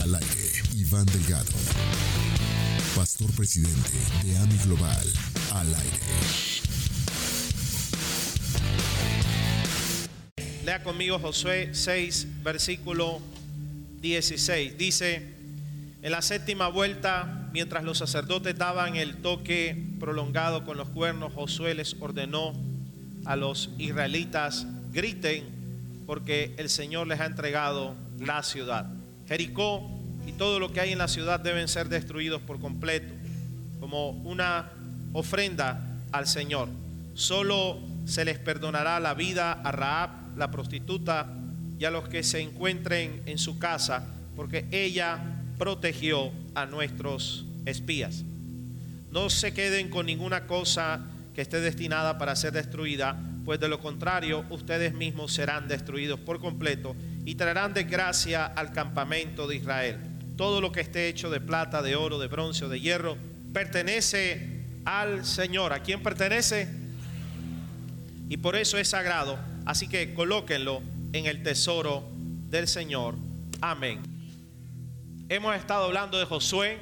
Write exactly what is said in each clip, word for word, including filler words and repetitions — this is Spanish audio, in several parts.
Al aire, Iván Delgado, pastor presidente de A M I Global. Al aire. Lea conmigo Josué seis, versículo dieciséis. Dice: en la séptima vuelta, mientras los sacerdotes daban el toque prolongado con los cuernos, Josué les ordenó a los israelitas: griten, porque el Señor les ha entregado la ciudad. Jericó y todo lo que hay en la ciudad deben ser destruidos por completo, como una ofrenda al Señor. Solo se les perdonará la vida a Rahab, la prostituta, y a los que se encuentren en su casa, porque ella protegió a nuestros espías. No se queden con ninguna cosa que esté destinada para ser destruida, pues de lo contrario ustedes mismos serán destruidos por completo y traerán desgracia al campamento de Israel. Todo lo que esté hecho de plata, de oro, de bronce o de hierro pertenece al Señor. ¿A quién pertenece? Y por eso es sagrado, así que colóquenlo en el tesoro del Señor. Amén. Hemos estado hablando de Josué,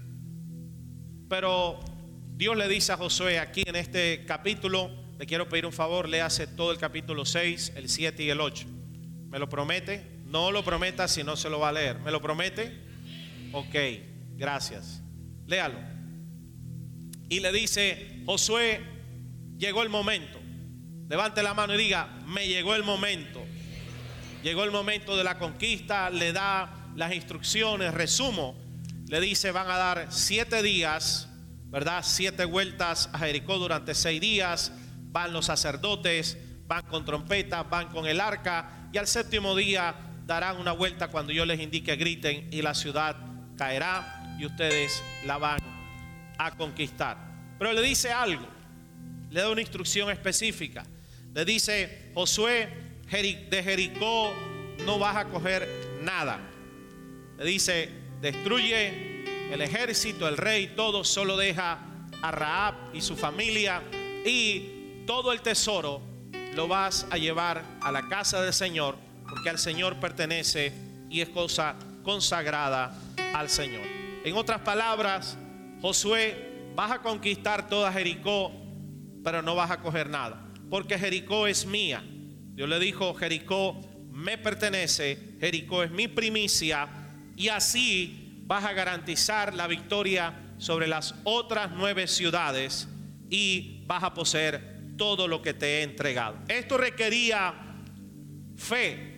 pero Dios le dice a Josué aquí en este capítulo, le quiero pedir un favor, léase todo el capítulo seis, el siete y el ocho. ¿Me lo promete? No lo prometa si no se lo va a leer. ¿Me lo promete? Ok, gracias. Léalo. Y le dice: Josué, llegó el momento. Levante la mano y diga: me llegó el momento. Llegó el momento de la conquista. Le da las instrucciones, resumo. Le dice: van a dar siete días, ¿verdad? Siete vueltas a Jericó durante seis días. Van los sacerdotes, van con trompetas, van con el arca, y al séptimo día darán una vuelta cuando yo les indique, griten, y la ciudad caerá y ustedes la van a conquistar. Pero le dice algo, le da una instrucción específica. Le dice: Josué, de Jericó no vas a coger nada. Le dice: destruye el ejército, el rey, todo, solo deja a Rahab y su familia, y todo el tesoro lo vas a llevar a la casa del Señor, porque al Señor pertenece y es cosa consagrada al Señor. En otras palabras, Josué, vas a conquistar toda Jericó, pero no vas a coger nada, porque Jericó es mía. Dios le dijo: Jericó me pertenece, Jericó es mi primicia, y así vas a garantizar la victoria sobre las otras nueve ciudades y vas a poseer todo lo que te he entregado. Esto requería fe,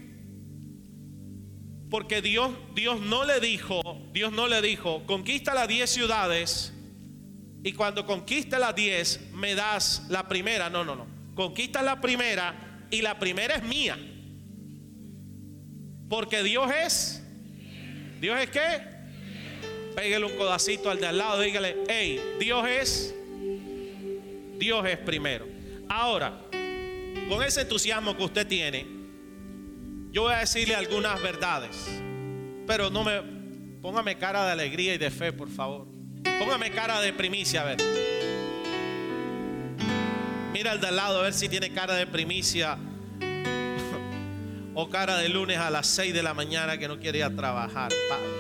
porque Dios, Dios no le dijo, Dios no le dijo: conquista las diez ciudades y cuando conquiste las diez me das la primera. No, no, no. Conquista la primera y la primera es mía, porque Dios es, ¿Dios es qué? Pégale un codacito al de al lado, dígale: hey, Dios es, Dios es primero. Ahora, con ese entusiasmo que usted tiene, yo voy a decirle algunas verdades, pero no me, póngame cara de alegría y de fe, por favor. Póngame cara de primicia, a ver. Mira al de al lado a ver si tiene cara de primicia o cara de lunes a las seis de la mañana que no quiere ir a trabajar.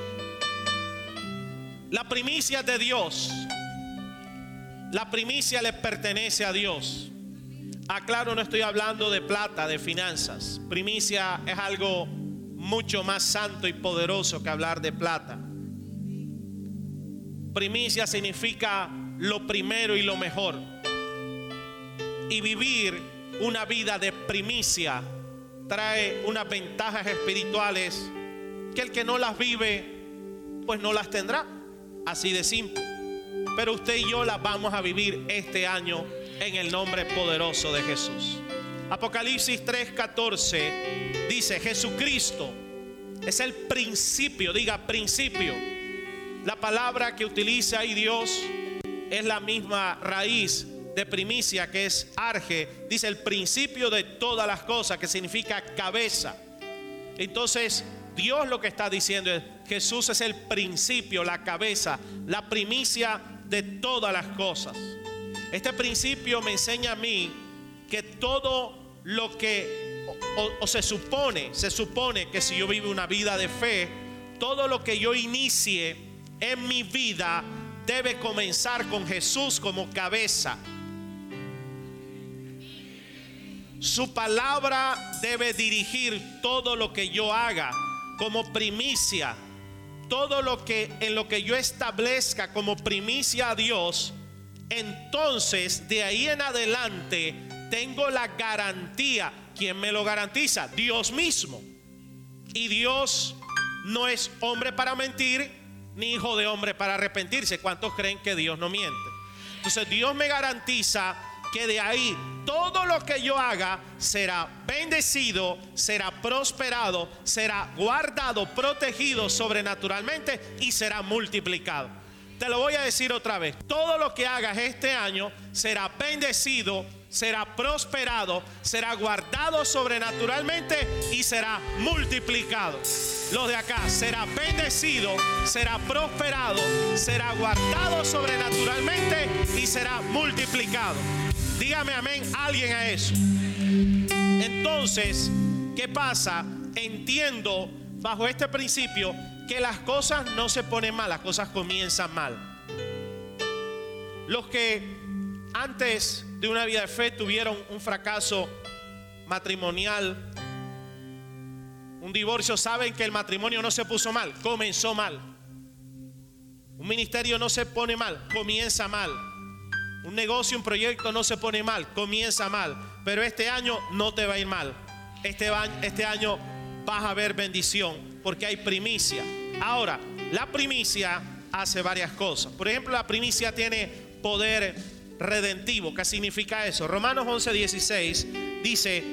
La primicia es de Dios. La primicia le pertenece a Dios. Aclaro, no estoy hablando de plata, de finanzas. Primicia es algo mucho más santo y poderoso que hablar de plata. Primicia significa lo primero y lo mejor. Y vivir una vida de primicia trae unas ventajas espirituales que el que no las vive, pues no las tendrá. Así de simple. Pero usted y yo las vamos a vivir este año en el nombre poderoso de Jesús. Apocalipsis tres catorce dice: Jesucristo es el principio, diga principio. La palabra que utiliza ahí Dios es la misma raíz de primicia, que es arge. Dice el principio de todas las cosas, que significa cabeza. Entonces Dios lo que está diciendo es: Jesús es el principio, la cabeza, la primicia de todas las cosas. Este principio me enseña a mí que todo lo que o, o, o se supone, se supone que si yo vivo una vida de fe, todo lo que yo inicie en mi vida debe comenzar con Jesús como cabeza. Su palabra debe dirigir todo lo que yo haga como primicia. Todo lo que en lo que yo establezca como primicia a Dios, entonces de ahí en adelante tengo la garantía. ¿Quién me lo garantiza? Dios mismo. Y Dios no es hombre para mentir, ni hijo de hombre para arrepentirse. ¿Cuántos creen que Dios no miente? Entonces Dios me garantiza que de ahí todo lo que yo haga será bendecido, será prosperado, será guardado, protegido sobrenaturalmente y será multiplicado. Te lo voy a decir otra vez. Todo lo que hagas este año será bendecido, será prosperado, será guardado sobrenaturalmente y será multiplicado. Los de acá, será bendecido, será prosperado, será guardado sobrenaturalmente y será multiplicado. Dígame amén alguien a eso. Entonces, ¿qué pasa? Entiendo bajo este principio que las cosas no se ponen mal, las cosas comienzan mal. Los que antes de una vida de fe tuvieron un fracaso matrimonial, un divorcio, saben que el matrimonio no se puso mal, comenzó mal. Un ministerio no se pone mal, comienza mal. Un negocio, un proyecto no se pone mal, comienza mal. Pero este año no te va a ir mal. Este, este año vas a ver bendición porque hay primicia. Ahora, la primicia hace varias cosas. Por ejemplo, la primicia tiene poder redentivo. ¿Qué significa eso? Romanos once dieciséis dice: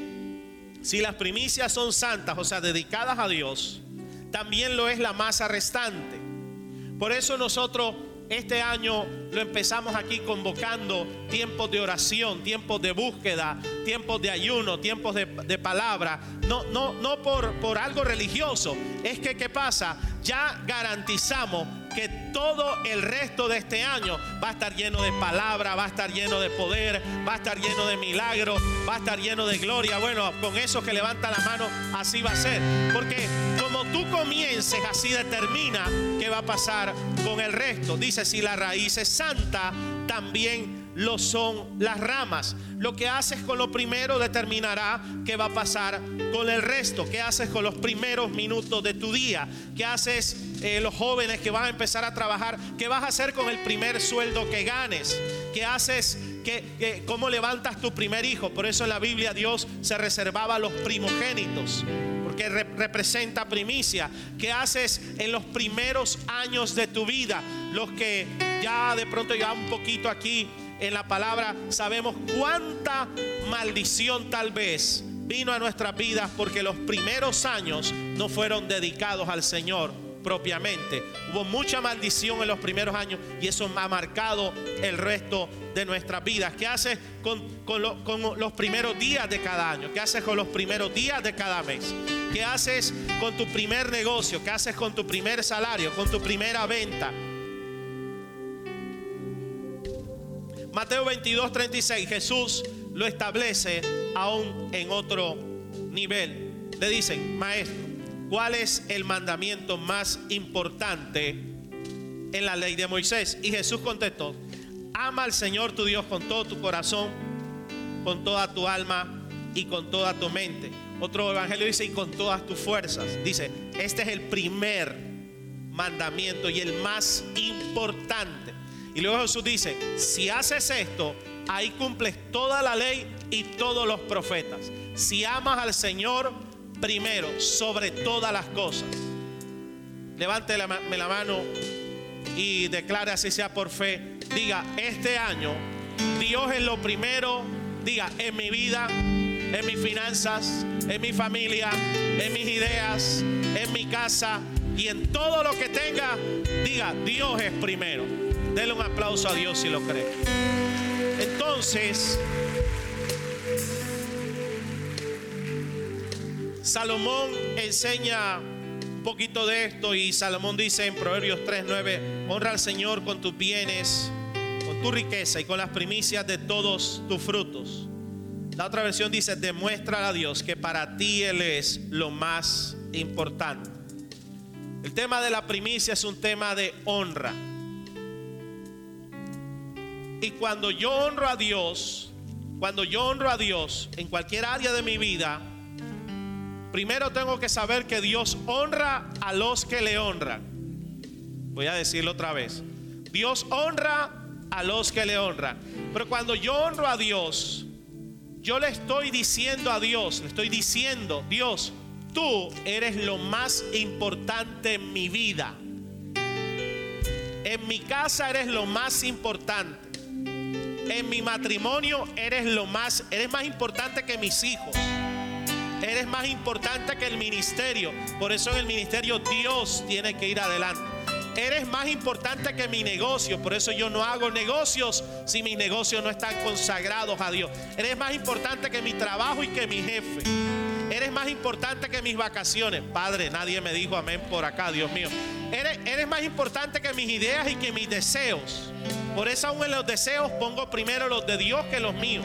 si las primicias son santas, o sea, dedicadas a Dios, también lo es la masa restante. Por eso nosotros este año lo empezamos aquí convocando tiempos de oración, tiempos de búsqueda, tiempos de ayuno, tiempos de, de palabra. No, no, no por, por algo religioso. Es que, ¿qué pasa? Ya garantizamos que todo el resto de este año va a estar lleno de palabra, va a estar lleno de poder, va a estar lleno de milagros, va a estar lleno de gloria. Bueno, con esos que levantan la mano, así va a ser. Porque como tú comiences, así determina qué va a pasar con el resto. Dice, si la raíz es santa, también lo son las ramas. Lo que haces con lo primero determinará qué va a pasar con el resto. ¿Qué haces con los primeros minutos de tu día? ¿Qué haces eh, los jóvenes que van a empezar a trabajar? ¿Qué vas a hacer con el primer sueldo que ganes? ¿Qué haces? ¿Qué, qué, ¿Cómo levantas tu primer hijo? Por eso en la Biblia Dios se reservaba a los primogénitos, porque re representa primicia. ¿Qué haces en los primeros años de tu vida? Los que ya de pronto ya un poquito aquí en la palabra sabemos cuánta maldición tal vez vino a nuestras vidas porque los primeros años no fueron dedicados al Señor propiamente. Hubo mucha maldición en los primeros años y eso ha marcado el resto de nuestras vidas. ¿Qué haces con, con, lo, con los primeros días de cada año? ¿Qué haces con los primeros días de cada mes? ¿Qué haces con tu primer negocio? ¿Qué haces con tu primer salario? ¿Con tu primera venta? Mateo veintidós, treinta y seis, Jesús lo establece aún en otro nivel. Le dicen, maestro, ¿cuál es el mandamiento más importante en la ley de Moisés? Y Jesús contestó, ama al Señor tu Dios con todo tu corazón, con toda tu alma y con toda tu mente. Otro evangelio dice, y con todas tus fuerzas. Dice, este es el primer mandamiento y el más importante. Y luego Jesús dice, si haces esto, ahí cumples toda la ley y todos los profetas. Si amas al Señor primero, sobre todas las cosas. Levante la, la mano y declare, así sea por fe. Diga, este año Dios es lo primero. Diga, en mi vida, en mis finanzas, en mi familia, en mis ideas, en mi casa y en todo lo que tenga. Diga, Dios es primero. Denle un aplauso a Dios si lo cree. Entonces, Salomón enseña un poquito de esto y Salomón dice en Proverbios tres nueve, honra al Señor con tus bienes, con tu riqueza y con las primicias de todos tus frutos. La otra versión dice, demuestra a Dios que para ti Él es lo más importante. El tema de la primicia es un tema de honra. Y cuando yo honro a Dios, cuando yo honro a Dios en cualquier área de mi vida, primero tengo que saber que Dios honra a los que le honran. Voy a decirlo otra vez. Dios honra a los que le honran. Pero cuando yo honro a Dios, yo le estoy diciendo a Dios, le estoy diciendo: Dios, tú eres lo más importante en mi vida. En mi casa eres lo más importante. En mi matrimonio eres lo más, eres más importante que mis hijos. Eres más importante que el ministerio. Por eso en el ministerio Dios tiene que ir adelante. Eres más importante que mi negocio. Por eso yo no hago negocios si mis negocios no están consagrados a Dios. Eres más importante que mi trabajo y que mi jefe. Eres más importante que mis vacaciones. Padre, nadie me dijo amén por acá, Dios mío. Eres, eres más importante que mis ideas y que mis deseos. Por eso aún en los deseos pongo primero los de Dios que los míos.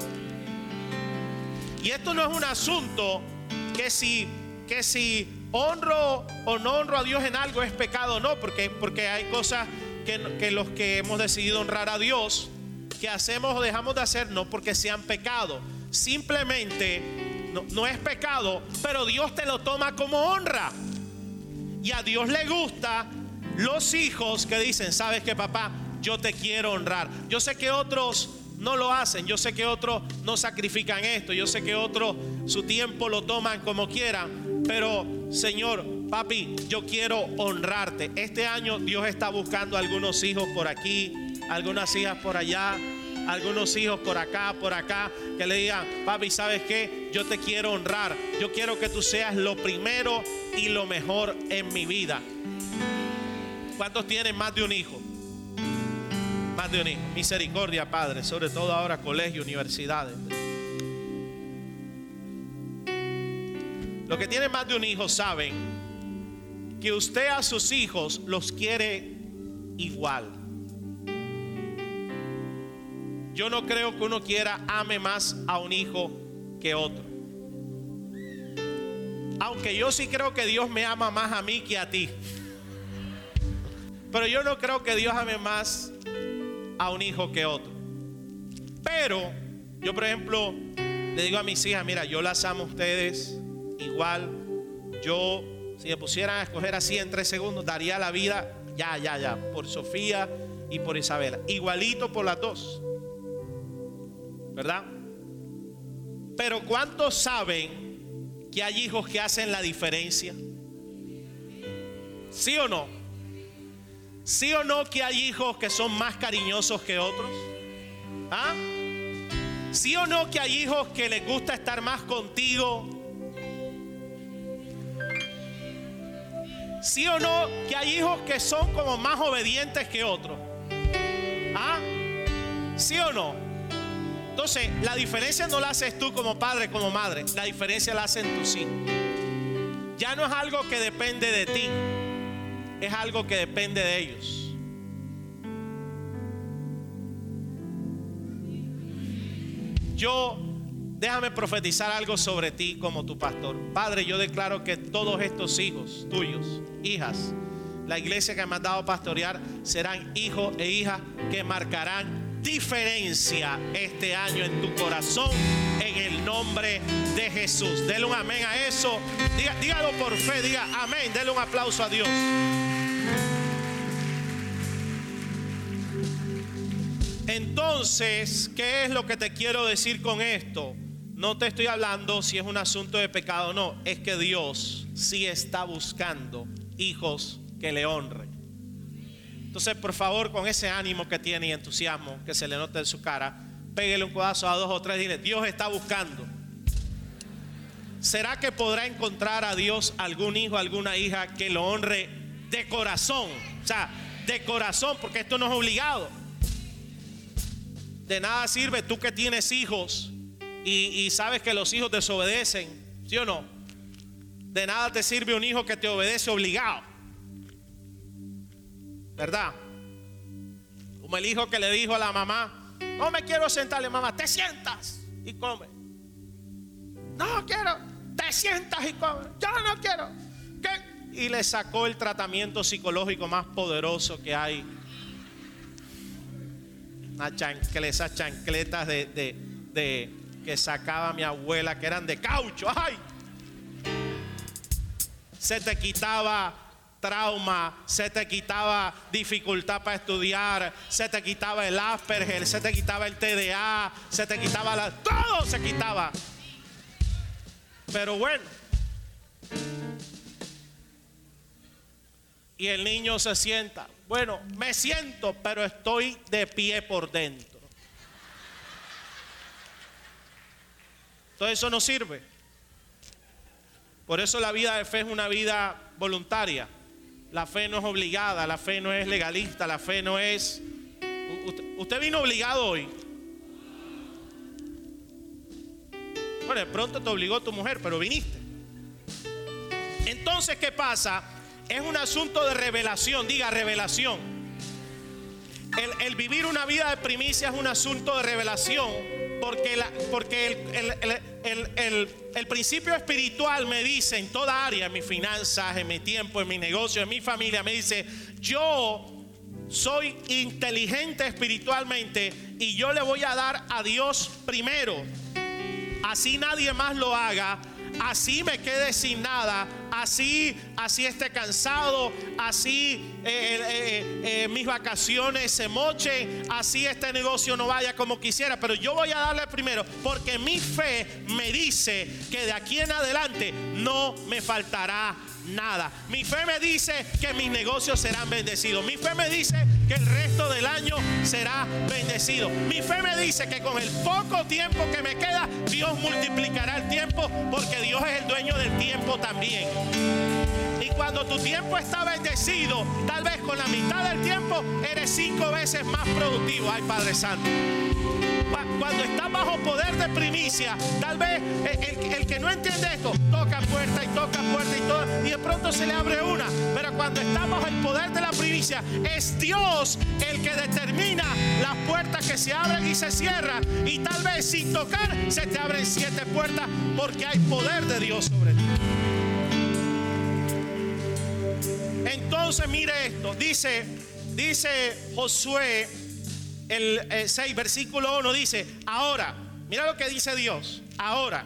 Y esto no es un asunto que si, que si honro o no honro a Dios en algo es pecado o no, porque, porque hay cosas que, que los que hemos decidido honrar a Dios, que hacemos o dejamos de hacer no porque sean pecado. Simplemente no, no es pecado, pero Dios te lo toma como honra. Y a Dios le gusta los hijos que dicen: ¿sabes qué, papá? Yo te quiero honrar. Yo sé que otros no lo hacen, yo sé que otros no sacrifican esto, yo sé que otros su tiempo lo toman como quieran, pero Señor, papi, yo quiero honrarte. Este año Dios está buscando algunos hijos por aquí, algunas hijas por allá, algunos hijos por acá, por acá, que le digan: papi, ¿sabes qué? Yo te quiero honrar. Yo quiero que tú seas lo primero y lo mejor en mi vida. ¿Cuántos tienen más de un hijo? Más de un hijo. Misericordia, Padre, sobre todo ahora colegios, universidades. Los que tienen más de un hijo saben que usted a sus hijos los quiere igual. Yo no creo que uno quiera ame más a un hijo que otro. Aunque yo sí creo que Dios me ama más a mí que a ti. Pero yo no creo que Dios ame más a un hijo que otro. Pero yo, por ejemplo, le digo a mis hijas: mira, yo las amo a ustedes igual. Yo, si me pusieran a escoger así en tres segundos, daría la vida ya, ya, ya por Sofía y por Isabela, igualito por las dos, ¿verdad? Pero ¿cuántos saben que hay hijos que hacen la diferencia? ¿Sí o no? ¿Sí o no que hay hijos que son más cariñosos que otros? ¿Ah? ¿Sí o no que hay hijos que les gusta estar más contigo? ¿Sí o no que hay hijos que son como más obedientes que otros? ¿Ah? ¿Sí o no? Entonces, la diferencia no la haces tú como padre, como madre. La diferencia la hacen tus hijos. Ya no es algo que depende de ti, es algo que depende de ellos. Yo, déjame profetizar algo sobre ti como tu pastor. Padre, yo declaro que todos estos hijos tuyos, hijas, la iglesia que me has dado a pastorear, serán hijos e hijas que marcarán diferencia este año en tu corazón, en el nombre de Jesús. Dele un amén a eso. Diga, dígalo por fe, diga amén. Dele un aplauso a Dios. Entonces, ¿qué es lo que te quiero decir con esto? No te estoy hablando si es un asunto de pecado o no. Es que Dios sí está buscando hijos que le honren. Entonces, por favor, con ese ánimo que tiene y entusiasmo que se le nota en su cara, pégale un codazo a dos o tres y dile: Dios está buscando. ¿Será que podrá encontrar a Dios algún hijo, alguna hija que lo honre de corazón? O sea, de corazón, porque esto no es obligado. De nada sirve tú que tienes hijos y, y sabes que los hijos desobedecen, ¿sí o no? De nada te sirve un hijo que te obedece obligado, ¿verdad? Como el hijo que le dijo a la mamá: no me quiero sentarle, mamá, te sientas y come. No quiero, te sientas y come. Yo no quiero. ¿Qué? y le sacó el tratamiento psicológico más poderoso que hay. Una chancleta, esas chancletas de, de, de que sacaba mi abuela, que eran de caucho. ¡Ay! Se te quitaba trauma, se te quitaba dificultad para estudiar, se te quitaba el Asperger, se te quitaba el T D A, se te quitaba la... todo se quitaba. Pero bueno, y el niño se sienta. Bueno, me siento, pero estoy de pie por dentro. Entonces eso no sirve. Por eso la vida de fe es una vida voluntaria. La fe no es obligada, la fe no es legalista, la fe no es... Usted vino obligado hoy. Bueno, de pronto te obligó tu mujer, pero viniste. Entonces, ¿qué pasa? Es un asunto de revelación, diga revelación. El, el vivir una vida de primicia es un asunto de revelación, porque, la, porque el, el, el, el, el, el principio espiritual me dice en toda área, en mis finanzas, en mi tiempo, en mi negocio, en mi familia, me dice, yo soy inteligente espiritualmente y yo le voy a dar a Dios primero. Así nadie más lo haga, así me quede sin nada, así, así esté cansado, así eh, eh, eh, mis vacaciones se mochen, así este negocio no vaya como quisiera, pero yo voy a darle primero, porque mi fe me dice que de aquí en adelante no me faltará nada. Mi fe me dice que mis negocios serán bendecidos. Mi fe me dice que el resto del año será bendecido. Mi fe me dice que con el poco tiempo que me queda, Dios multiplicará el tiempo, porque Dios es el dueño del tiempo también. Y cuando tu tiempo está bendecido, tal vez con la mitad del tiempo eres cinco veces más productivo. Ay, Padre Santo. Cuando estás bajo poder de primicia, tal vez el, el, el que no entiende esto toca puerta y toca puerta y todo, y de pronto se le abre una. Pero cuando estás bajo el poder de la primicia, es Dios el que determina las puertas que se abren y se cierran, y tal vez sin tocar se te abren siete puertas, porque hay poder de Dios sobre ti. Entonces mire esto, dice, dice Josué el, el seis versículo uno, dice, ahora, mira lo que dice Dios, ahora,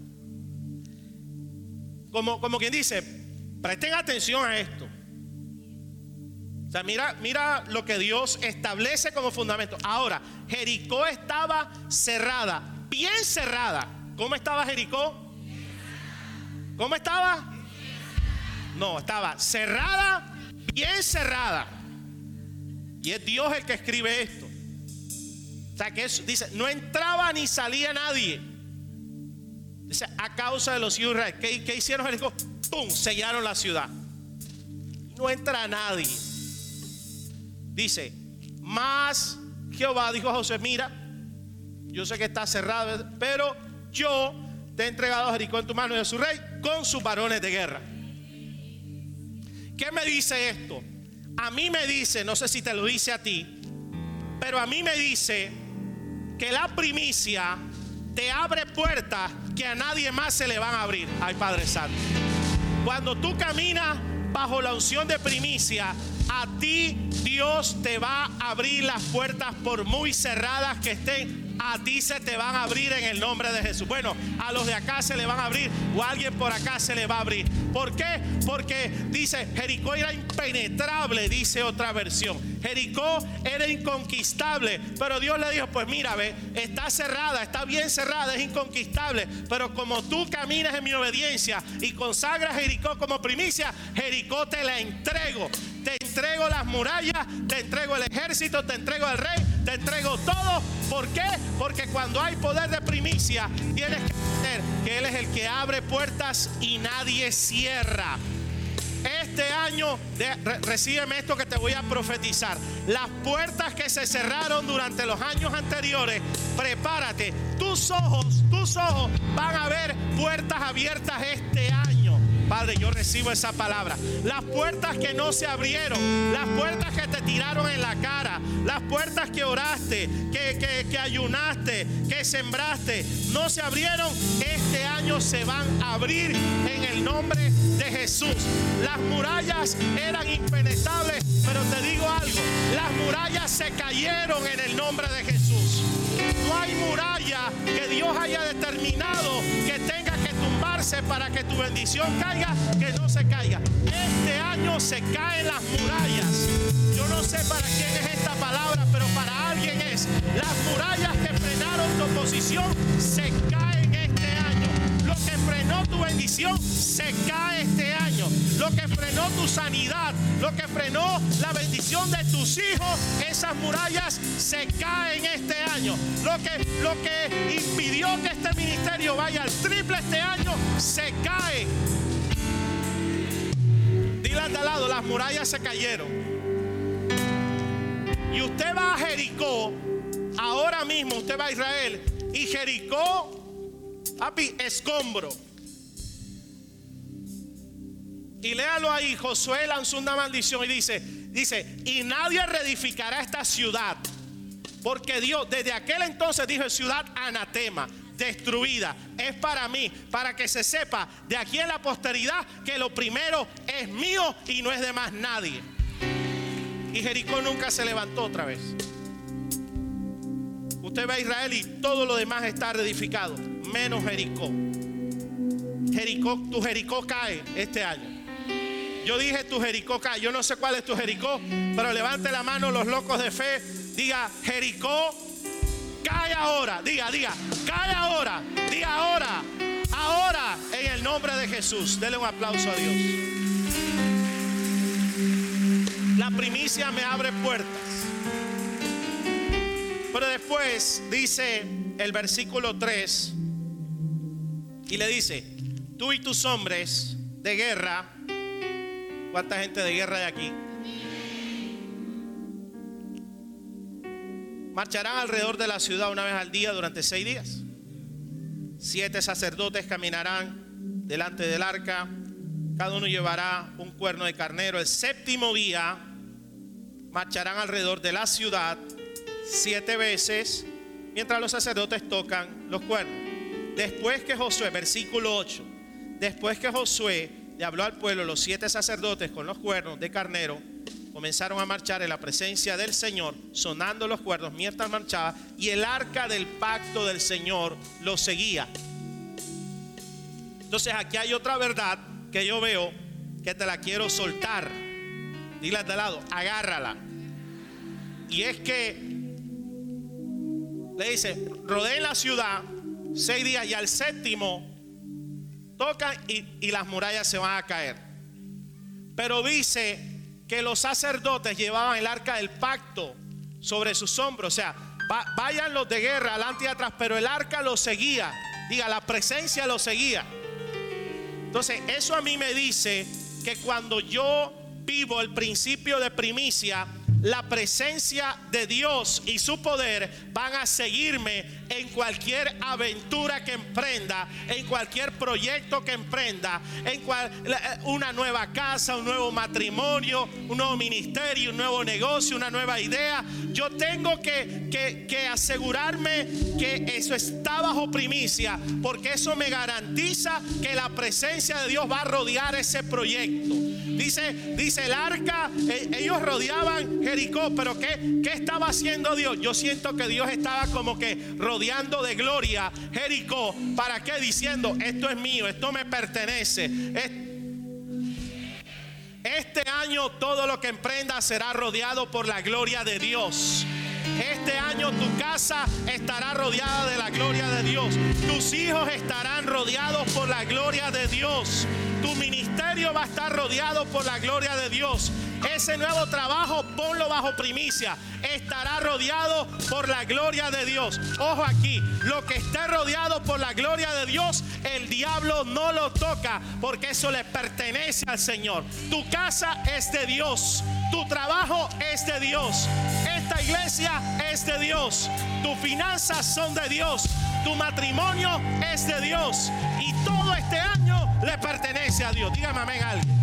como, como quien dice, presten atención a esto. O sea, mira, mira lo que Dios establece como fundamento. Ahora, Jericó estaba cerrada, bien cerrada. ¿Cómo estaba Jericó? ¿Cómo estaba? No, estaba cerrada, bien cerrada. Y es Dios el que escribe esto. O sea, que eso, dice, no entraba ni salía nadie. Dice, a causa de los hijos de Israel. ¿Qué, qué hicieron Jericó? ¡Pum! Sellaron la ciudad. No entra nadie. Dice, más Jehová dijo a José, mira, yo sé que está cerrado, pero yo te he entregado a Jericó en tu mano y a su rey con sus varones de guerra. ¿Qué me dice esto? A mí me dice, no sé si te lo dice a ti, pero a mí me dice que la primicia te abre puertas que a nadie más se le van a abrir. Ay, Padre Santo. Cuando tú caminas bajo la unción de primicia, a ti Dios te va a abrir las puertas, por muy cerradas que estén. A ti se te van a abrir en el nombre de Jesús. Bueno, a los de acá se le van a abrir, o a alguien por acá se le va a abrir. ¿Por qué? Porque dice, Jericó era impenetrable, dice otra versión. Jericó era inconquistable, pero Dios le dijo, pues mira, ve, está cerrada, está bien cerrada, es inconquistable, pero como tú caminas en mi obediencia y consagras Jericó como primicia, Jericó te la entrego. Te entrego las murallas, te entrego el ejército, te entrego el rey, te entrego todo. ¿Por qué? Porque cuando hay poder de primicia, tienes que entender que Él es el que abre puertas y nadie cierra. Este año, de, re, recíbeme esto que te voy a profetizar. Las puertas que se cerraron durante los años anteriores, prepárate. Tus ojos, tus ojos van a ver puertas abiertas este año. Padre, yo recibo esa palabra. Las puertas que no se abrieron, las puertas que te tiraron en la cara, las puertas que oraste, que, que, que ayunaste, que sembraste, no se abrieron, este año se van a abrir en el nombre de Jesús. Las murallas eran impenetrables, pero te digo algo, las murallas se cayeron en el nombre de Jesús. No hay muralla que Dios haya determinado que tenga que tumbarse para que tu bendición caiga, que no se caiga. Este año se caen las murallas. Yo no sé para quién es esta palabra, pero para alguien es. Las murallas que frenaron tu oposición se caen este año. Lo que frenó tu bendición se cae este año. Lo que frenó tu sanidad, lo que frenó la bendición de tus hijos, esas murallas se caen este año. Lo que, lo que impidió que este ministerio vaya al triple este año se cae. Dile al de al lado, las murallas se cayeron. Y usted va a Jericó, ahora mismo usted va a Israel, y Jericó, papi, escombro. Y léalo ahí, Josué lanzó una maldición y dice, dice, y nadie reedificará esta ciudad, porque Dios desde aquel entonces dijo, ciudad anatema, destruida, es para mí, para que se sepa de aquí en la posteridad que lo primero es mío y no es de más nadie. Y Jericó nunca se levantó otra vez. Usted ve a Israel y todo lo demás está reedificado, menos Jericó. Jericó, tu Jericó cae este año. Yo dije tu Jericó cae. Yo no sé cuál es tu Jericó, pero levante la mano los locos de fe. Diga, Jericó cae ahora. Diga, diga, cae ahora. Diga ahora. Ahora en el nombre de Jesús. Dele un aplauso a Dios. La primicia me abre puertas. Pero después dice el versículo tres y le dice, tú y tus hombres de guerra. ¿Cuánta gente de guerra hay aquí? Marcharán alrededor de la ciudad una vez al día durante seis días. Siete sacerdotes caminarán delante del arca. Cada uno llevará un cuerno de carnero. El séptimo día marcharán alrededor de la ciudad siete veces, mientras los sacerdotes tocan los cuernos. Después que Josué, versículo ocho, después que Josué le habló al pueblo, los siete sacerdotes con los cuernos de carnero comenzaron a marchar en la presencia del Señor, sonando los cuernos mientras marchaba, y el arca del pacto del Señor los seguía. Entonces aquí hay otra verdad que yo veo que te la quiero soltar. Dile de lado, agárrala. Y es que le dice, rodeen la ciudad seis días y al séptimo tocan y, y las murallas se van a caer. Pero dice que los sacerdotes llevaban el arca del pacto sobre sus hombros. O sea, va, vayan los de guerra adelante y atrás, pero el arca los seguía. Diga, la presencia los seguía. Entonces eso a mí me dice que cuando yo vivo el principio de primicia, la presencia de Dios y su poder van a seguirme en cualquier aventura que emprenda, en cualquier proyecto que emprenda, en cual, una nueva casa, un nuevo matrimonio, un nuevo ministerio, un nuevo negocio, una nueva idea. Yo tengo que, que, que asegurarme que eso está bajo primicia, porque eso me garantiza que la presencia de Dios va a rodear ese proyecto. Dice, dice el arca, eh, ellos rodeaban Jericó, pero ¿qué, ¿qué estaba haciendo Dios? Yo siento que Dios estaba como que rodeando de gloria Jericó. ¿Para qué? Diciendo, esto es mío, esto me pertenece. Este año todo lo que emprenda será rodeado por la gloria de Dios. Este año tu casa estará rodeada de la gloria de Dios. Tus hijos estarán rodeados por la gloria de Dios. Tu ministerio va a estar rodeado por la gloria de Dios. Ese nuevo trabajo, ponlo bajo primicia. Estará rodeado por la gloria de Dios. Ojo aquí, lo que esté rodeado por la gloria de Dios, el diablo no lo toca, porque eso le pertenece al Señor. Tu casa es de Dios. Tu trabajo es de Dios. Esta iglesia es de Dios. Tus finanzas son de Dios. Tu matrimonio es de Dios. Y todo este año le pertenece a Dios. Dígame amén alguien.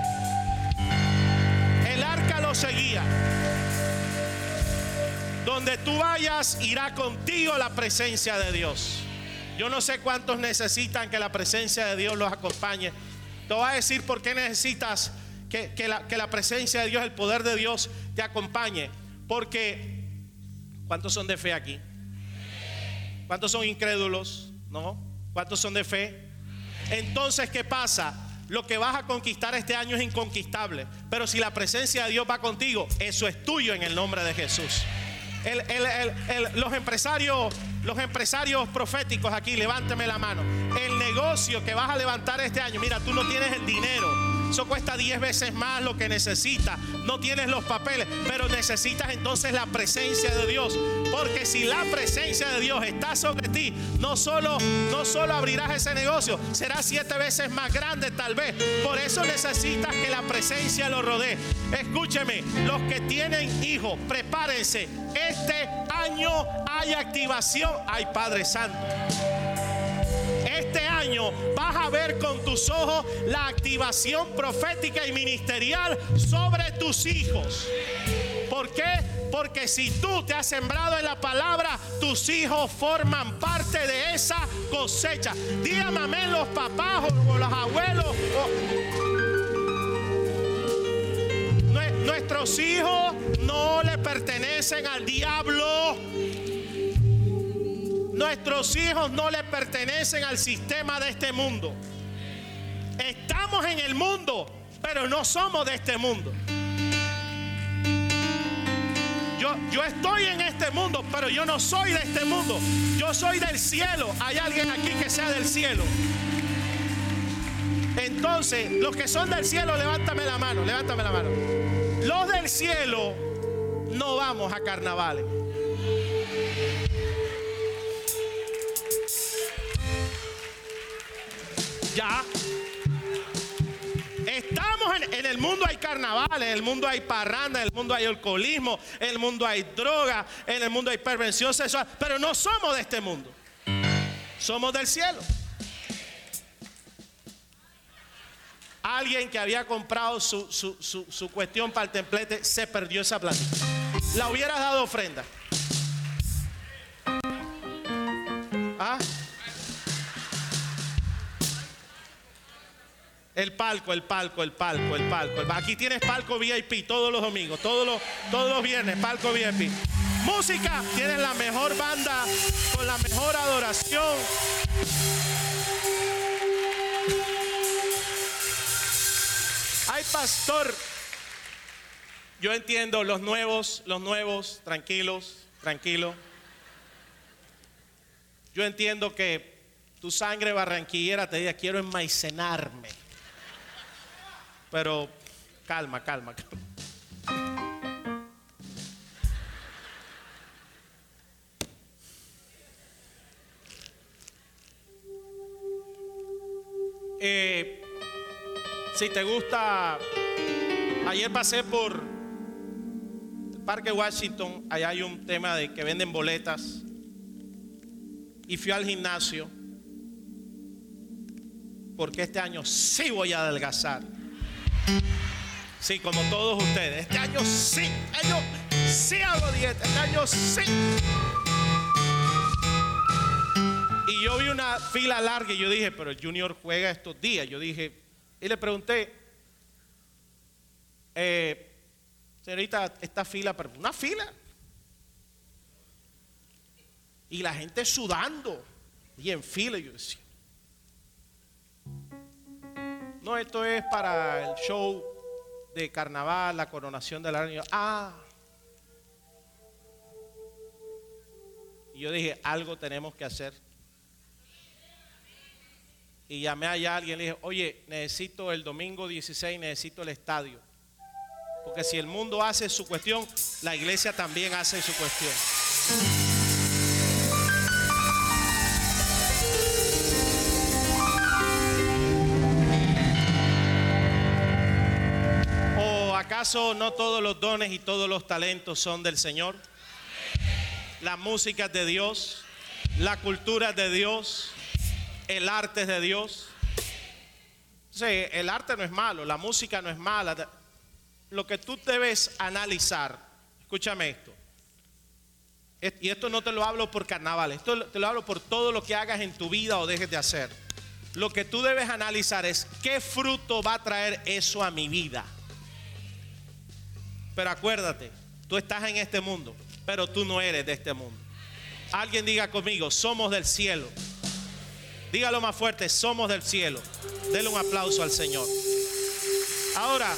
El arca lo seguía. Donde tú vayas, irá contigo la presencia de Dios. Yo no sé cuántos necesitan que la presencia de Dios los acompañe Te voy a decir por qué necesitas que, que, la, que la presencia de Dios, el poder de Dios te acompañe. Porque, ¿cuántos son de fe aquí? ¿Cuántos son incrédulos? ¿No? ¿Cuántos son de fe? Entonces, ¿qué pasa? Lo que vas a conquistar este año es inconquistable. Pero si la presencia de Dios va contigo, eso es tuyo en el nombre de Jesús. El, el, el, el, los empresarios, los empresarios proféticos aquí, levánteme la mano. El negocio que vas a levantar este año, mira, tú no tienes el dinero. Eso cuesta diez veces más lo que necesitas. No tienes los papeles, pero necesitas entonces la presencia de Dios. Porque si la presencia de Dios está sobre ti, no solo, no solo abrirás ese negocio, será siete veces más grande tal vez. Por eso necesitas que la presencia lo rodee. Escúcheme, los que tienen hijos, prepárense. Este año hay activación. Ay, Padre Santo. Este año vas a ver con tus ojos la activación profética y ministerial sobre tus hijos. ¿Por qué? Porque si tú te has sembrado en la palabra, tus hijos forman parte de esa cosecha. Dígame amén los papás o los abuelos. O... Nuestros hijos no le pertenecen al diablo. Nuestros hijos no le pertenecen al sistema de este mundo. Estamos en el mundo, pero no somos de este mundo. Yo, yo estoy en este mundo, pero yo no soy de este mundo. Yo soy del cielo. ¿Hay alguien aquí que sea del cielo? Entonces, los que son del cielo, levántame la mano, levántame la mano. Los del cielo no vamos a carnavales. Ya. Estamos en, en el mundo hay carnavales, en el mundo hay parranda, en el mundo hay alcoholismo, en el mundo hay droga, en el mundo hay perversión sexual, pero no somos de este mundo. Somos del cielo. Alguien que había comprado su, su, su, su cuestión para el templete se perdió esa plata. La hubieras dado ofrenda. ¿Ah? El palco, el palco, el palco, el palco. El, aquí tienes palco V I P todos los domingos, todos los, todos los viernes, palco V I P. Música, tienes la mejor banda con la mejor adoración. Ay, pastor, yo entiendo los nuevos, los nuevos, tranquilos, tranquilos. Yo entiendo que tu sangre barranquillera te diga, quiero enmaicenarme. Pero calma, calma, calma. Eh, si te gusta, ayer pasé por el Parque Washington, allá hay un tema de que venden boletas. Y fui al gimnasio porque este año sí voy a adelgazar. Sí, como todos ustedes. Este año sí, este año sí hago dieta, este año sí. Y yo vi una fila larga y yo dije, pero el Junior juega estos días. Yo dije, y le pregunté, eh, señorita, esta fila, pero una fila. Y la gente sudando y en fila. Yo decía, no, esto es para el show de carnaval, la coronación de la reina. Ah. Y yo dije, algo tenemos que hacer. Y llamé allá a alguien y le dije, oye, necesito el domingo dieciséis, necesito el estadio. Porque si el mundo hace su cuestión, la iglesia también hace su cuestión. ¿Acaso no todos los dones y todos los talentos son del Señor? La música es de Dios, la cultura es de Dios, el arte es de Dios. Sí, el arte no es malo, la música no es mala. Lo que tú debes analizar, escúchame esto, y esto no te lo hablo por carnaval, esto te lo hablo por todo lo que hagas en tu vida o dejes de hacer. lo que tú debes analizar es qué fruto va a traer eso a mi vida. Pero acuérdate, tú estás en este mundo, pero tú no eres de este mundo. Alguien diga conmigo, somos del cielo. Dígalo más fuerte, somos del cielo. Denle un aplauso al Señor. Ahora,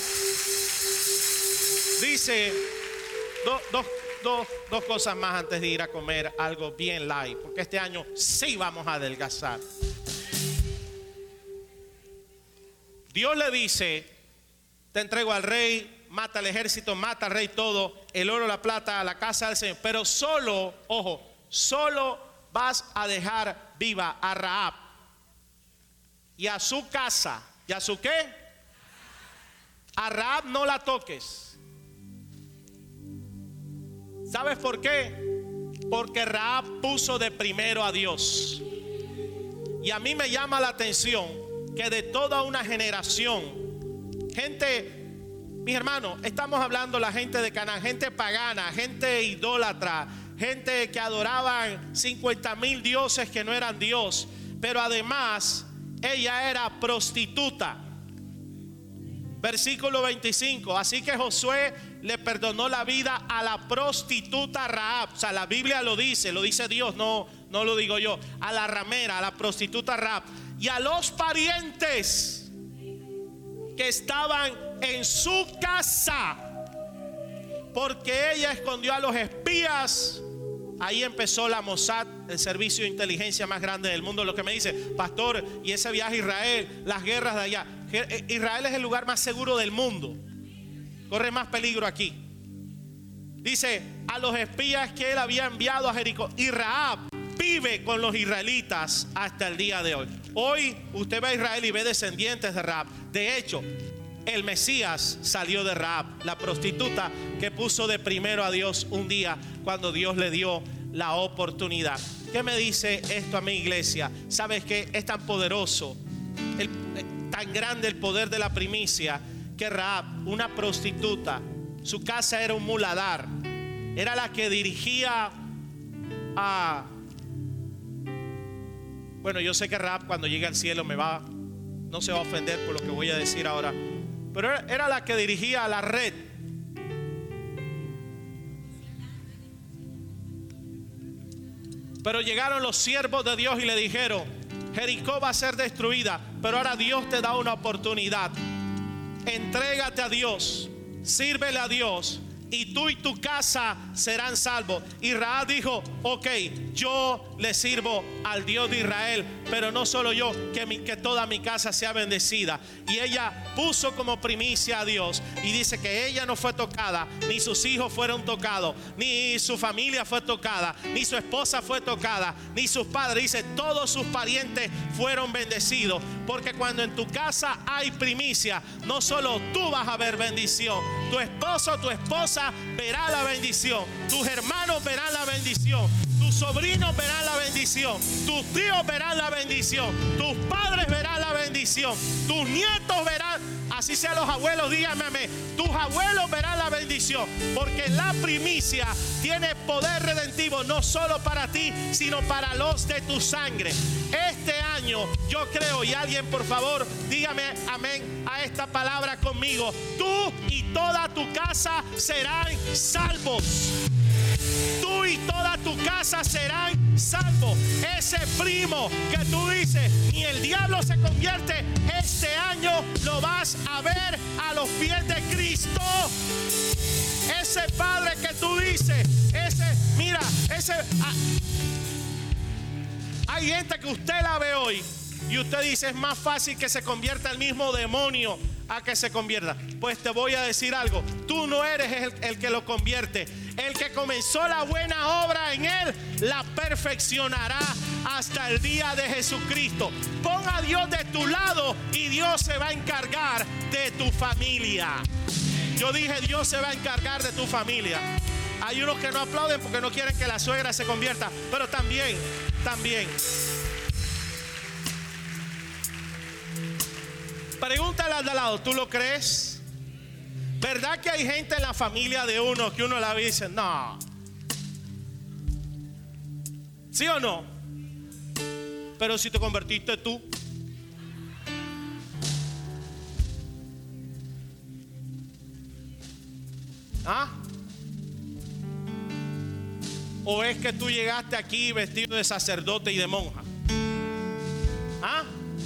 dice dos do, do, dos cosas más antes de ir a comer algo bien light, porque este año sí vamos a adelgazar. Dios le dice, te entrego al rey, mata al ejército, mata al rey todo, el oro, la plata, la casa del Señor. Pero solo, ojo, solo vas a dejar viva a Rahab y a su casa. ¿Y a su qué? A Rahab no la toques. ¿Sabes por qué? Porque Rahab puso de primero a Dios. Y a mí me llama la atención que de toda una generación, gente, mis hermanos, estamos hablando la gente de Canaán, gente pagana, gente idólatra, gente que adoraban cincuenta mil dioses que no eran Dios, pero además ella era prostituta. Versículo veinticinco, así que Josué le perdonó la vida a la prostituta Rahab. O sea, la Biblia lo dice, lo dice Dios, no, no lo digo yo. A la ramera, a la prostituta Rahab. Y a los parientes que estaban en su casa, porque ella escondió a los espías. Ahí empezó la Mossad, el servicio de inteligencia más grande del mundo. Lo que me dice, pastor, y ese viaje a Israel, las guerras de allá. Israel es el lugar más seguro del mundo. Corre más peligro aquí. Dice, a los espías que él había enviado a Jericó. Y Rahab vive con los israelitas hasta el día de hoy. Hoy usted ve a Israel y ve descendientes de Rahab. De hecho, el Mesías salió de Rahab, la prostituta que puso de primero a Dios un día cuando Dios le dio la oportunidad. ¿Qué me dice esto a mi iglesia? ¿Sabes qué? Es tan poderoso, el, tan grande el poder de la primicia, que Rahab, una prostituta, su casa era un muladar, era la que dirigía a... Bueno, yo sé que Rahab cuando llegue al cielo me va, no se va a ofender por lo que voy a decir ahora, pero era, era la que dirigía a la red. Pero llegaron los siervos de Dios y le dijeron, Jericó va a ser destruida, pero ahora Dios te da una oportunidad. Entrégate a Dios, sírvele a Dios, y tú y tu casa serán salvos. Y Rahab dijo, ok, yo le sirvo al Dios de Israel, pero no solo yo, que, mi, que toda mi casa sea bendecida. Y ella puso como primicia a Dios, y dice que ella no fue tocada, ni sus hijos fueron tocados, ni su familia fue tocada, ni su esposa fue tocada, ni sus padres. Dice, todos sus parientes fueron bendecidos, porque cuando en tu casa hay primicia, no solo tú vas a ver bendición, tu esposo, tu esposa verá la bendición, tus hermanos verán la bendición, tus sobrinos verán la bendición, tus tíos verán la bendición, tus padres verán la bendición, tus nietos verán, así sean los abuelos, dígame amén, tus abuelos verán la bendición, porque la primicia tiene poder redentivo no solo para ti, sino para los de tu sangre. Este año yo creo, y alguien por favor dígame amén a esta palabra conmigo, tú y toda tu casa serán salvos. Tú y toda tu casa serán salvos. Ese primo que tú dices, ni el diablo se convierte, este año lo vas a ver a los pies de Cristo. Ese padre que tú dices, ese, mira, ese... Ah, hay gente que usted la ve hoy y usted dice, es más fácil que se convierta el mismo demonio a que se convierta. Pues te voy a decir algo, tú no eres el, el que lo convierte. El que comenzó la buena obra en él, la perfeccionará hasta el día de Jesucristo. Pon a Dios de tu lado y Dios se va a encargar de tu familia. Yo dije, Dios se va a encargar de tu familia. Hay unos que no aplauden porque no quieren que la suegra se convierta, pero también, también. Pregúntale al de al lado, ¿tú lo crees? ¿Verdad que hay gente en la familia de uno que uno la ve y dice, no? ¿Sí o no? Pero si te convertiste tú, ¿Ah? ¿O es que tú llegaste aquí vestido de sacerdote y de monja? ¿Ah?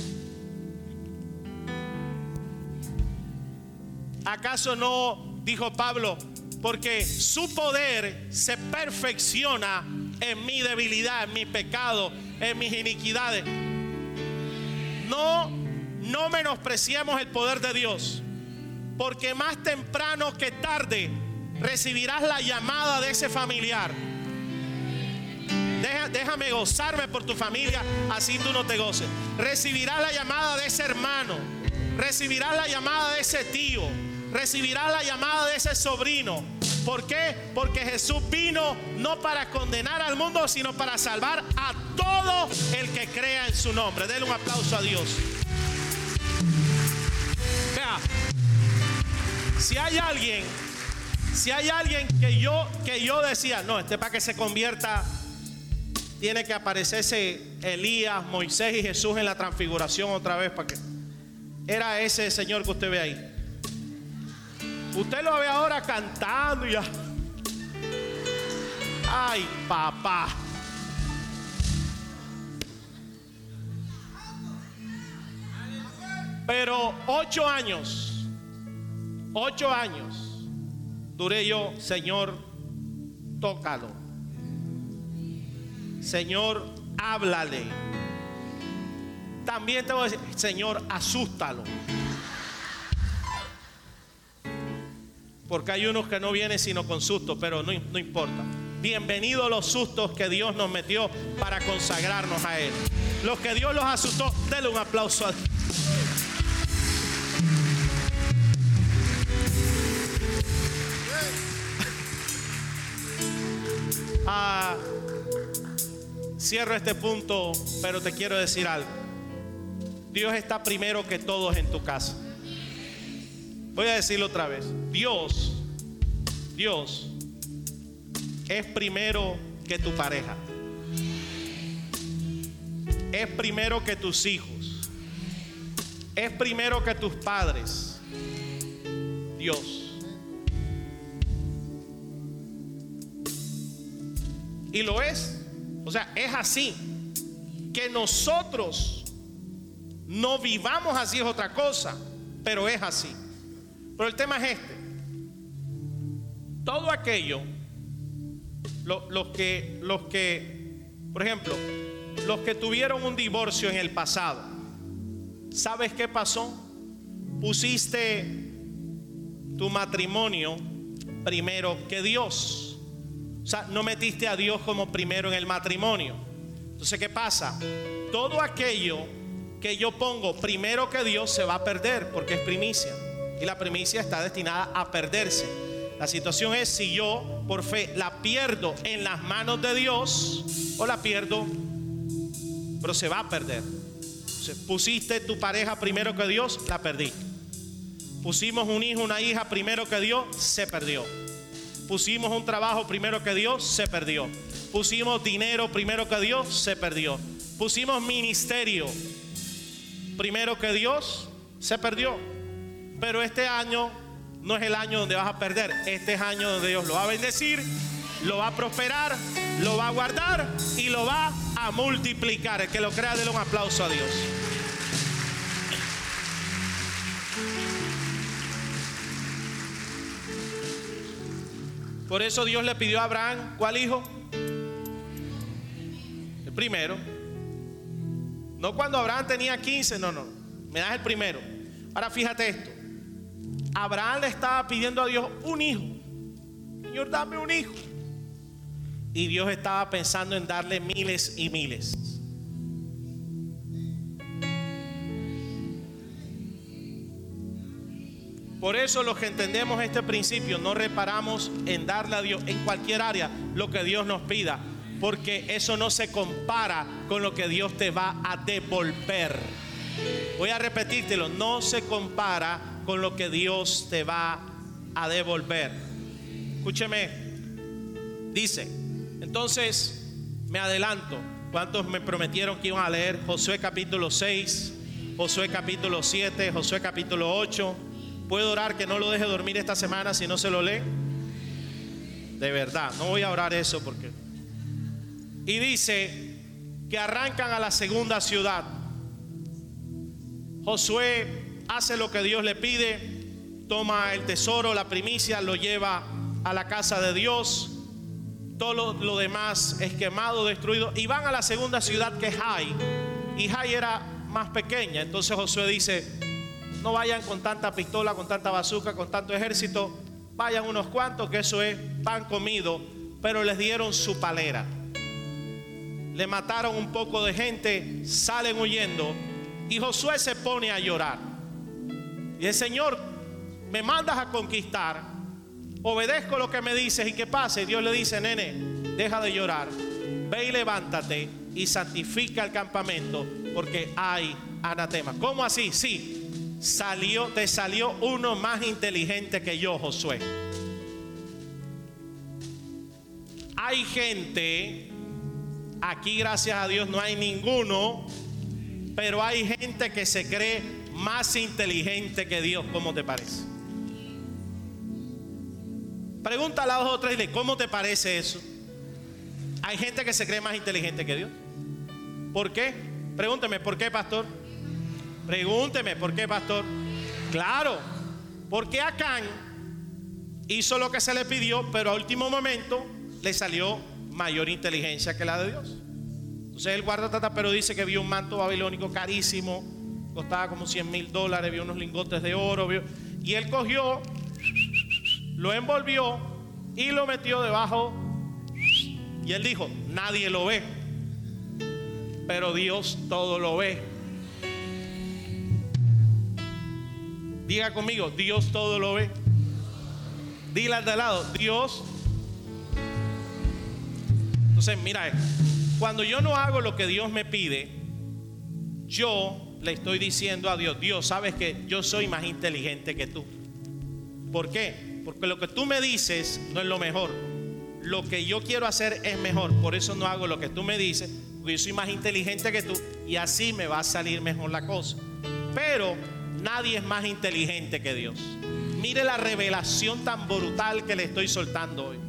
¿Acaso no dijo Pablo? Porque su poder se perfecciona en mi debilidad, en mi pecado, en mis iniquidades. No, no menospreciemos el poder de Dios, porque más temprano que tarde recibirás la llamada de ese familiar. Deja, déjame gozarme por tu familia, así tú no te goces. Recibirás la llamada de ese hermano, recibirás la llamada de ese tío, recibirás la llamada de ese sobrino. ¿Por qué? Porque Jesús vino no para condenar al mundo, sino para salvar a todo el que crea en su nombre. Denle un aplauso a Dios. Vea, si hay alguien, si hay alguien que yo, que yo decía, no, este para que se convierta tiene que aparecerse Elías, Moisés y Jesús en la transfiguración otra vez, para que era ese señor que usted ve ahí. Usted lo ve ahora cantando y ya. Ay, papá. Pero ocho años, ocho años duré yo, Señor, tócalo. Señor, háblale. También te voy a decir, Señor, asústalo. Porque hay unos que no vienen sino con susto, pero no, no importa. Bienvenidos los sustos que Dios nos metió para consagrarnos a Él. Los que Dios los asustó, denle un aplauso a Dios. Ah, cierro este punto, pero te quiero decir algo. Dios está primero que todos en tu casa. Voy a decirlo otra vez. Dios, Dios es primero que tu pareja. Es primero que tus hijos. Es primero que tus padres. Dios. Y lo es. O sea, es así. Que nosotros no vivamos así es otra cosa, pero es así. Pero el tema es este. Todo aquello, lo, los que, los que, por ejemplo, los que tuvieron un divorcio en el pasado, ¿sabes qué pasó? Pusiste tu matrimonio primero que Dios. O sea, no metiste a Dios como primero en el matrimonio. Entonces, ¿qué pasa? Todo aquello que yo pongo primero que Dios se va a perder, porque es primicia. Y la primicia está destinada a perderse. La situación es si yo por fe la pierdo en las manos de Dios o la pierdo, pero se va a perder. Entonces, pusiste tu pareja primero que Dios, la perdiste. Pusimos un hijo, una hija primero que Dios, se perdió. Pusimos un trabajo primero que Dios, se perdió. Pusimos dinero primero que Dios, se perdió. Pusimos ministerio primero que Dios, se perdió. Pero este año no es el año donde vas a perder. Este es el año donde Dios lo va a bendecir, lo va a prosperar, lo va a guardar y lo va a multiplicar. El que lo crea, déle un aplauso a Dios. Por eso Dios le pidió a Abraham, ¿cuál hijo? El primero. No cuando Abraham tenía quince, no, no. Me das el primero. Ahora fíjate esto. Abraham le estaba pidiendo a Dios un hijo. Señor, dame un hijo. Y Dios estaba pensando en darle miles y miles. Por eso los que entendemos este principio no reparamos en darle a Dios en cualquier área lo que Dios nos pida, porque eso no se compara con lo que Dios te va a devolver. Voy a repetírtelo, no se compara con lo que Dios te va a devolver. Escúcheme, dice, entonces me adelanto. ¿Cuántos me prometieron que iban a leer Josué capítulo seis, Josué capítulo siete, Josué capítulo ocho? Puedo orar que no lo deje dormir esta semana si no se lo lee. de verdad. No voy a orar eso porque... Y dice que arrancan a la segunda ciudad. Josué hace lo que Dios le pide, toma el tesoro, la primicia, lo lleva a la casa de Dios. Todo lo, lo demás es quemado, destruido. Y van a la segunda ciudad, que es Jai. Y Jai era más pequeña. Entonces Josué dice: no vayan con tanta pistola, con tanta bazooka, con tanto ejército. Vayan unos cuantos, que eso es pan comido. Pero les dieron su palera. Le mataron un poco de gente, salen huyendo. Y Josué se pone a llorar. Y el Señor, me mandas a conquistar, obedezco lo que me dices y que pase. Y Dios le dice: nene, deja de llorar, ve y levántate y santifica el campamento, porque hay anatema. ¿Cómo así? Sí, salió, te salió uno más inteligente que yo, Josué. Hay gente aquí, gracias a Dios no hay ninguno, pero hay gente que se cree más inteligente que Dios. ¿Cómo te parece? Pregunta a la otra y dile: ¿cómo te parece eso? Hay gente que se cree más inteligente que Dios. ¿Por qué? Pregúnteme, ¿por qué, pastor? Pregúnteme, ¿por qué, pastor? Claro, porque Acán hizo lo que se le pidió, pero a último momento le salió mayor inteligencia que la de Dios. Entonces él guarda tata, pero dice que vio un manto babilónico carísimo, costaba como cien mil dólares, vio unos lingotes de oro, vio, y él cogió, lo envolvió y lo metió debajo. Y él dijo: nadie lo ve, pero Dios todo lo ve. Diga conmigo: Dios todo lo ve. Dile al de lado: Dios. Entonces mira esto. Cuando yo no hago lo que Dios me pide, yo le estoy diciendo a Dios: Dios, sabes que yo soy más inteligente que tú. ¿Por qué? Porque lo que tú me dices no es lo mejor. Lo que yo quiero hacer es mejor. Por eso no hago lo que tú me dices, porque yo soy más inteligente que tú, y así me va a salir mejor la cosa. Pero nadie es más inteligente que Dios. Mire la revelación tan brutal que le estoy soltando hoy.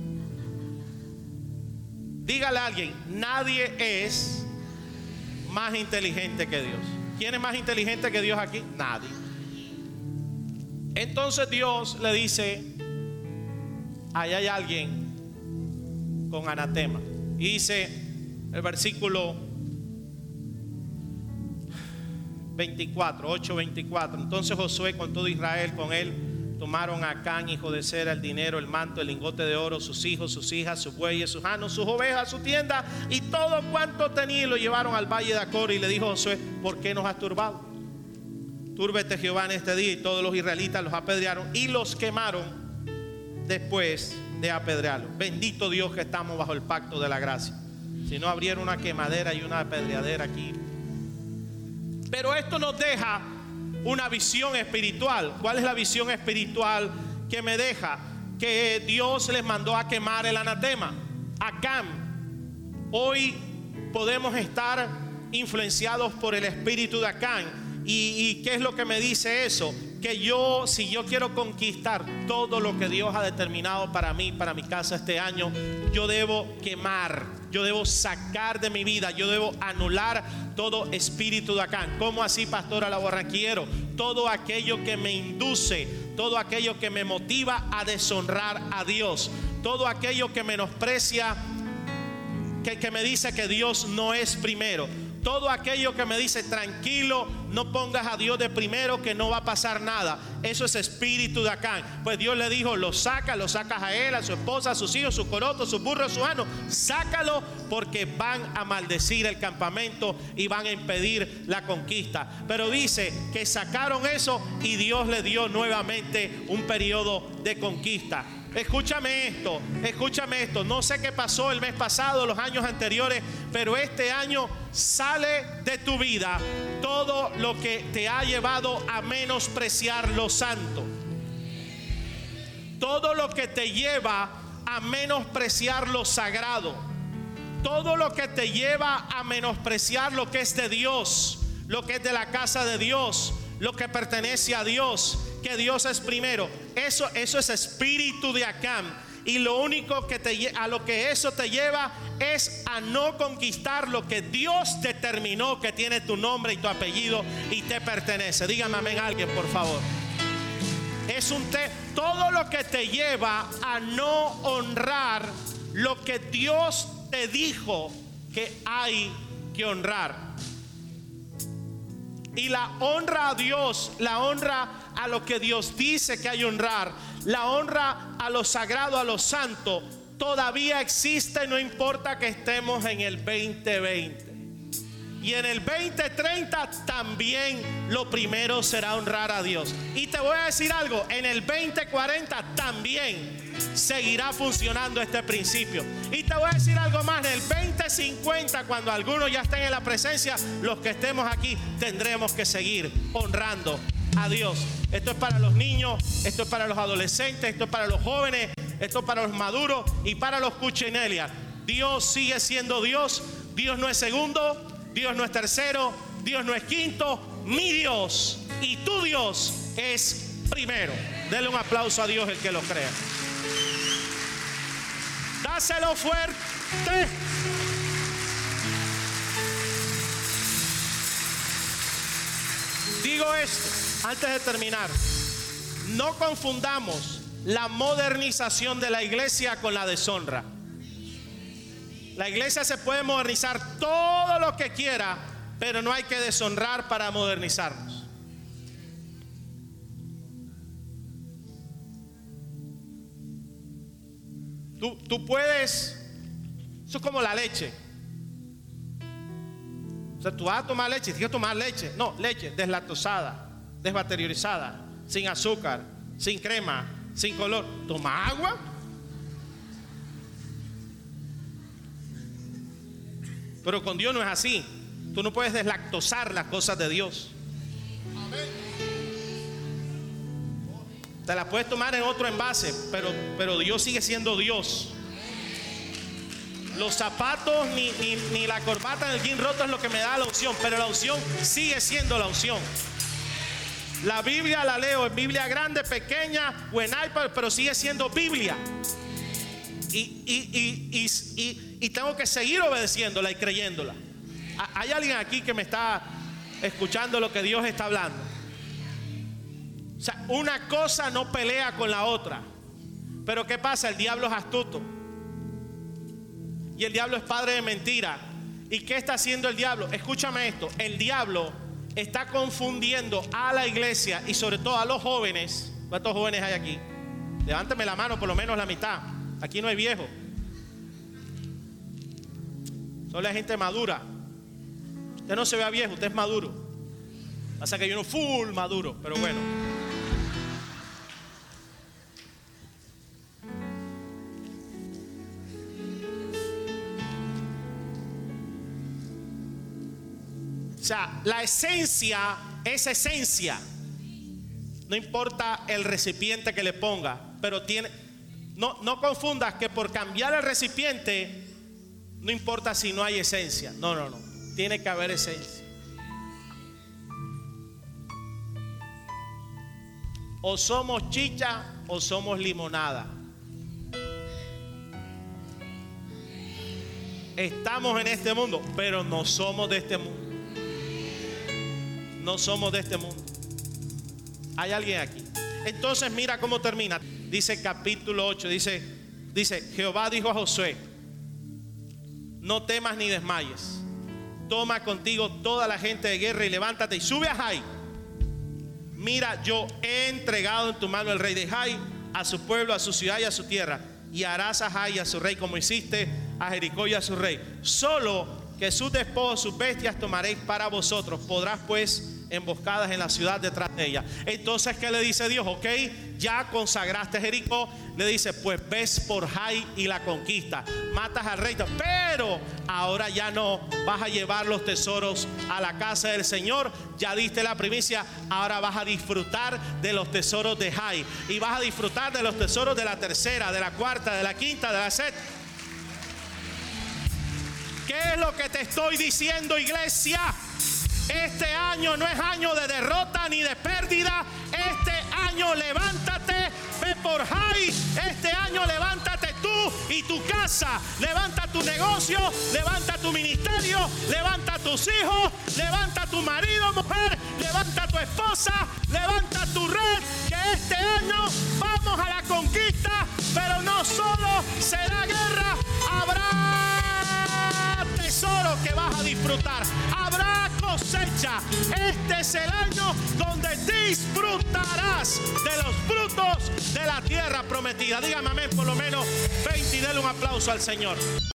Dígale a alguien: nadie es más inteligente que Dios. ¿Quién es más inteligente que Dios aquí? Nadie. Entonces Dios le dice: ahí hay alguien con anatema. Y dice el versículo veinticuatro, ocho veinticuatro. Entonces Josué con todo Israel con él tomaron a Acán, hijo de Zera, el dinero, el manto, el lingote de oro, sus hijos, sus hijas, sus bueyes, sus asnos, sus ovejas, su tienda y todo cuanto tenía, y lo llevaron al valle de Acor. Y le dijo Josué: ¿por qué nos has turbado? Túrbete Jehová en este día. Y todos los israelitas los apedrearon y los quemaron después de apedrearlos. Bendito Dios que estamos bajo el pacto de la gracia. Si no, abriera una quemadera y una apedreadera aquí. Pero esto nos deja una visión espiritual. ¿Cuál es la visión espiritual que me deja? Que Dios les mandó a quemar el anatema, Acán. Hoy podemos estar influenciados por el espíritu de Acán. ¿Y, y qué es lo que me dice eso? Que yo, si yo quiero conquistar todo lo que Dios ha determinado para mí, para mi casa este año, yo debo quemar, yo debo sacar de mi vida, yo debo anular todo espíritu de Acán. ¿Cómo así, pastor Alabarranquiero? Todo aquello que me induce, todo aquello que me motiva a deshonrar a Dios, todo aquello que menosprecia, que, que me dice que Dios no es primero. Todo aquello que me dice: tranquilo, no pongas a Dios de primero, que no va a pasar nada. Eso es espíritu de Acán. Pues Dios le dijo: lo saca, lo sacas a él, a su esposa, a sus hijos, sus corotos, sus burros, sus asnos. Sácalo, porque van a maldecir el campamento y van a impedir la conquista. Pero dice que sacaron eso y Dios le dio nuevamente un periodo de conquista. Escúchame esto, escúchame esto. No sé qué pasó el mes pasado, los años anteriores, pero este año sale de tu vida todo lo que te ha llevado a menospreciar lo santo. Todo lo que te lleva a menospreciar lo sagrado. Todo lo que te lleva a menospreciar lo que es de Dios, lo que es de la casa de Dios, lo que pertenece a Dios, que Dios es primero. Eso, eso es espíritu de Acán. y lo único que te, a lo que eso te lleva es a no conquistar lo que Dios determinó que tiene tu nombre y tu apellido y te pertenece. Dígame amén alguien, por favor. Es un te, todo lo que te lleva a no honrar lo que Dios te dijo que hay que honrar. Y la honra a Dios, la honra a lo que Dios dice que hay que honrar, la honra a lo sagrado, a lo santo, todavía existe, no importa que estemos en el veinte veinte. Y en el veinte treinta también lo primero será honrar a Dios. Y te voy a decir algo, en el veinte cuarenta también seguirá funcionando este principio. Y te voy a decir algo más, en el veinte cincuenta, cuando algunos ya estén en la presencia, los que estemos aquí tendremos que seguir honrando a Dios. Esto es para los niños, esto es para los adolescentes, esto es para los jóvenes, esto es para los maduros y para los cuchinelias. Dios sigue siendo Dios. Dios no es segundo, Dios no es tercero, Dios no es quinto. Mi Dios y tu Dios es primero. Denle un aplauso a Dios el que lo crea. Dáselo fuerte. Digo esto antes de terminar. No confundamos la modernización de la iglesia con la deshonra. La iglesia se puede modernizar todo lo que quiera, pero no hay que deshonrar para modernizarnos. Tú, tú puedes, eso es como la leche. O sea, tú vas a tomar leche, tienes que tomar leche. No, leche deslactosada, desbaterizada, sin azúcar, sin crema, sin color. Toma agua. Pero con Dios no es así. Tú no puedes deslactosar las cosas de Dios. Te la puedes tomar en otro envase, pero, pero Dios sigue siendo Dios. Los zapatos ni, ni, ni la corbata en el jean roto es lo que me da la unción, pero la unción sigue siendo la unción. La Biblia la leo en Biblia grande, pequeña o en iPad, pero sigue siendo Biblia. Y, y, y, y, y, y tengo que seguir obedeciéndola y creyéndola. Hay alguien aquí que me está escuchando lo que Dios está hablando. O sea, una cosa no pelea con la otra. Pero ¿qué pasa? El diablo es astuto. Y el diablo es padre de mentira. ¿Y qué está haciendo el diablo? Escúchame esto. El diablo está confundiendo a la iglesia y sobre todo a los jóvenes. ¿Cuántos jóvenes hay aquí? Levántame la mano, por lo menos la mitad. Aquí no hay viejo. Solo hay gente madura. Usted no se vea viejo, usted es maduro. Pasa que hay uno full maduro, pero bueno. O sea, la esencia es esencia. No importa el recipiente que le ponga, pero tiene, no, no confundas que por cambiar el recipiente no importa si no hay esencia. No, no, no. Tiene que haber esencia. O somos chicha o somos limonada. Estamos en este mundo, pero no somos de este mundo. No somos de este mundo. Hay alguien aquí. Entonces mira cómo termina. Dice capítulo ocho. Dice, dice Jehová dijo a Josué: no temas ni desmayes. Toma contigo toda la gente de guerra y levántate y sube a Jai. Mira, yo he entregado en tu mano el rey de Jai, a su pueblo, a su ciudad y a su tierra. Y harás a Jai y a su rey como hiciste a Jericó y a su rey. Solo que sus despojos, sus bestias tomaréis para vosotros. Podrás pues emboscadas en la ciudad detrás de ella. Entonces, ¿qué le dice Dios? Ok, ya consagraste Jericó. Le dice, pues ves por Jai y la conquista. Matas al rey, pero ahora ya no vas a llevar los tesoros a la casa del Señor. Ya diste la primicia, ahora vas a disfrutar de los tesoros de Jai. Y vas a disfrutar de los tesoros de la tercera, de la cuarta, de la quinta, de la séptima. ¿Qué es lo que te estoy diciendo, iglesia? Este año no es año de derrota ni de pérdida. Este año levántate, ve por Jai. Este año levántate y tu casa. Levanta tu negocio, levanta tu ministerio, levanta a tus hijos, levanta a tu marido, mujer, levanta a tu esposa, levanta tu red, que este año vamos a la conquista, pero no solo será guerra, habrá tesoro que vas a disfrutar, habrá cosecha. Este es el año donde disfrutarás de los frutos de la tierra prometida. Dígame amén por lo menos veinte y denle un aplauso al Señor.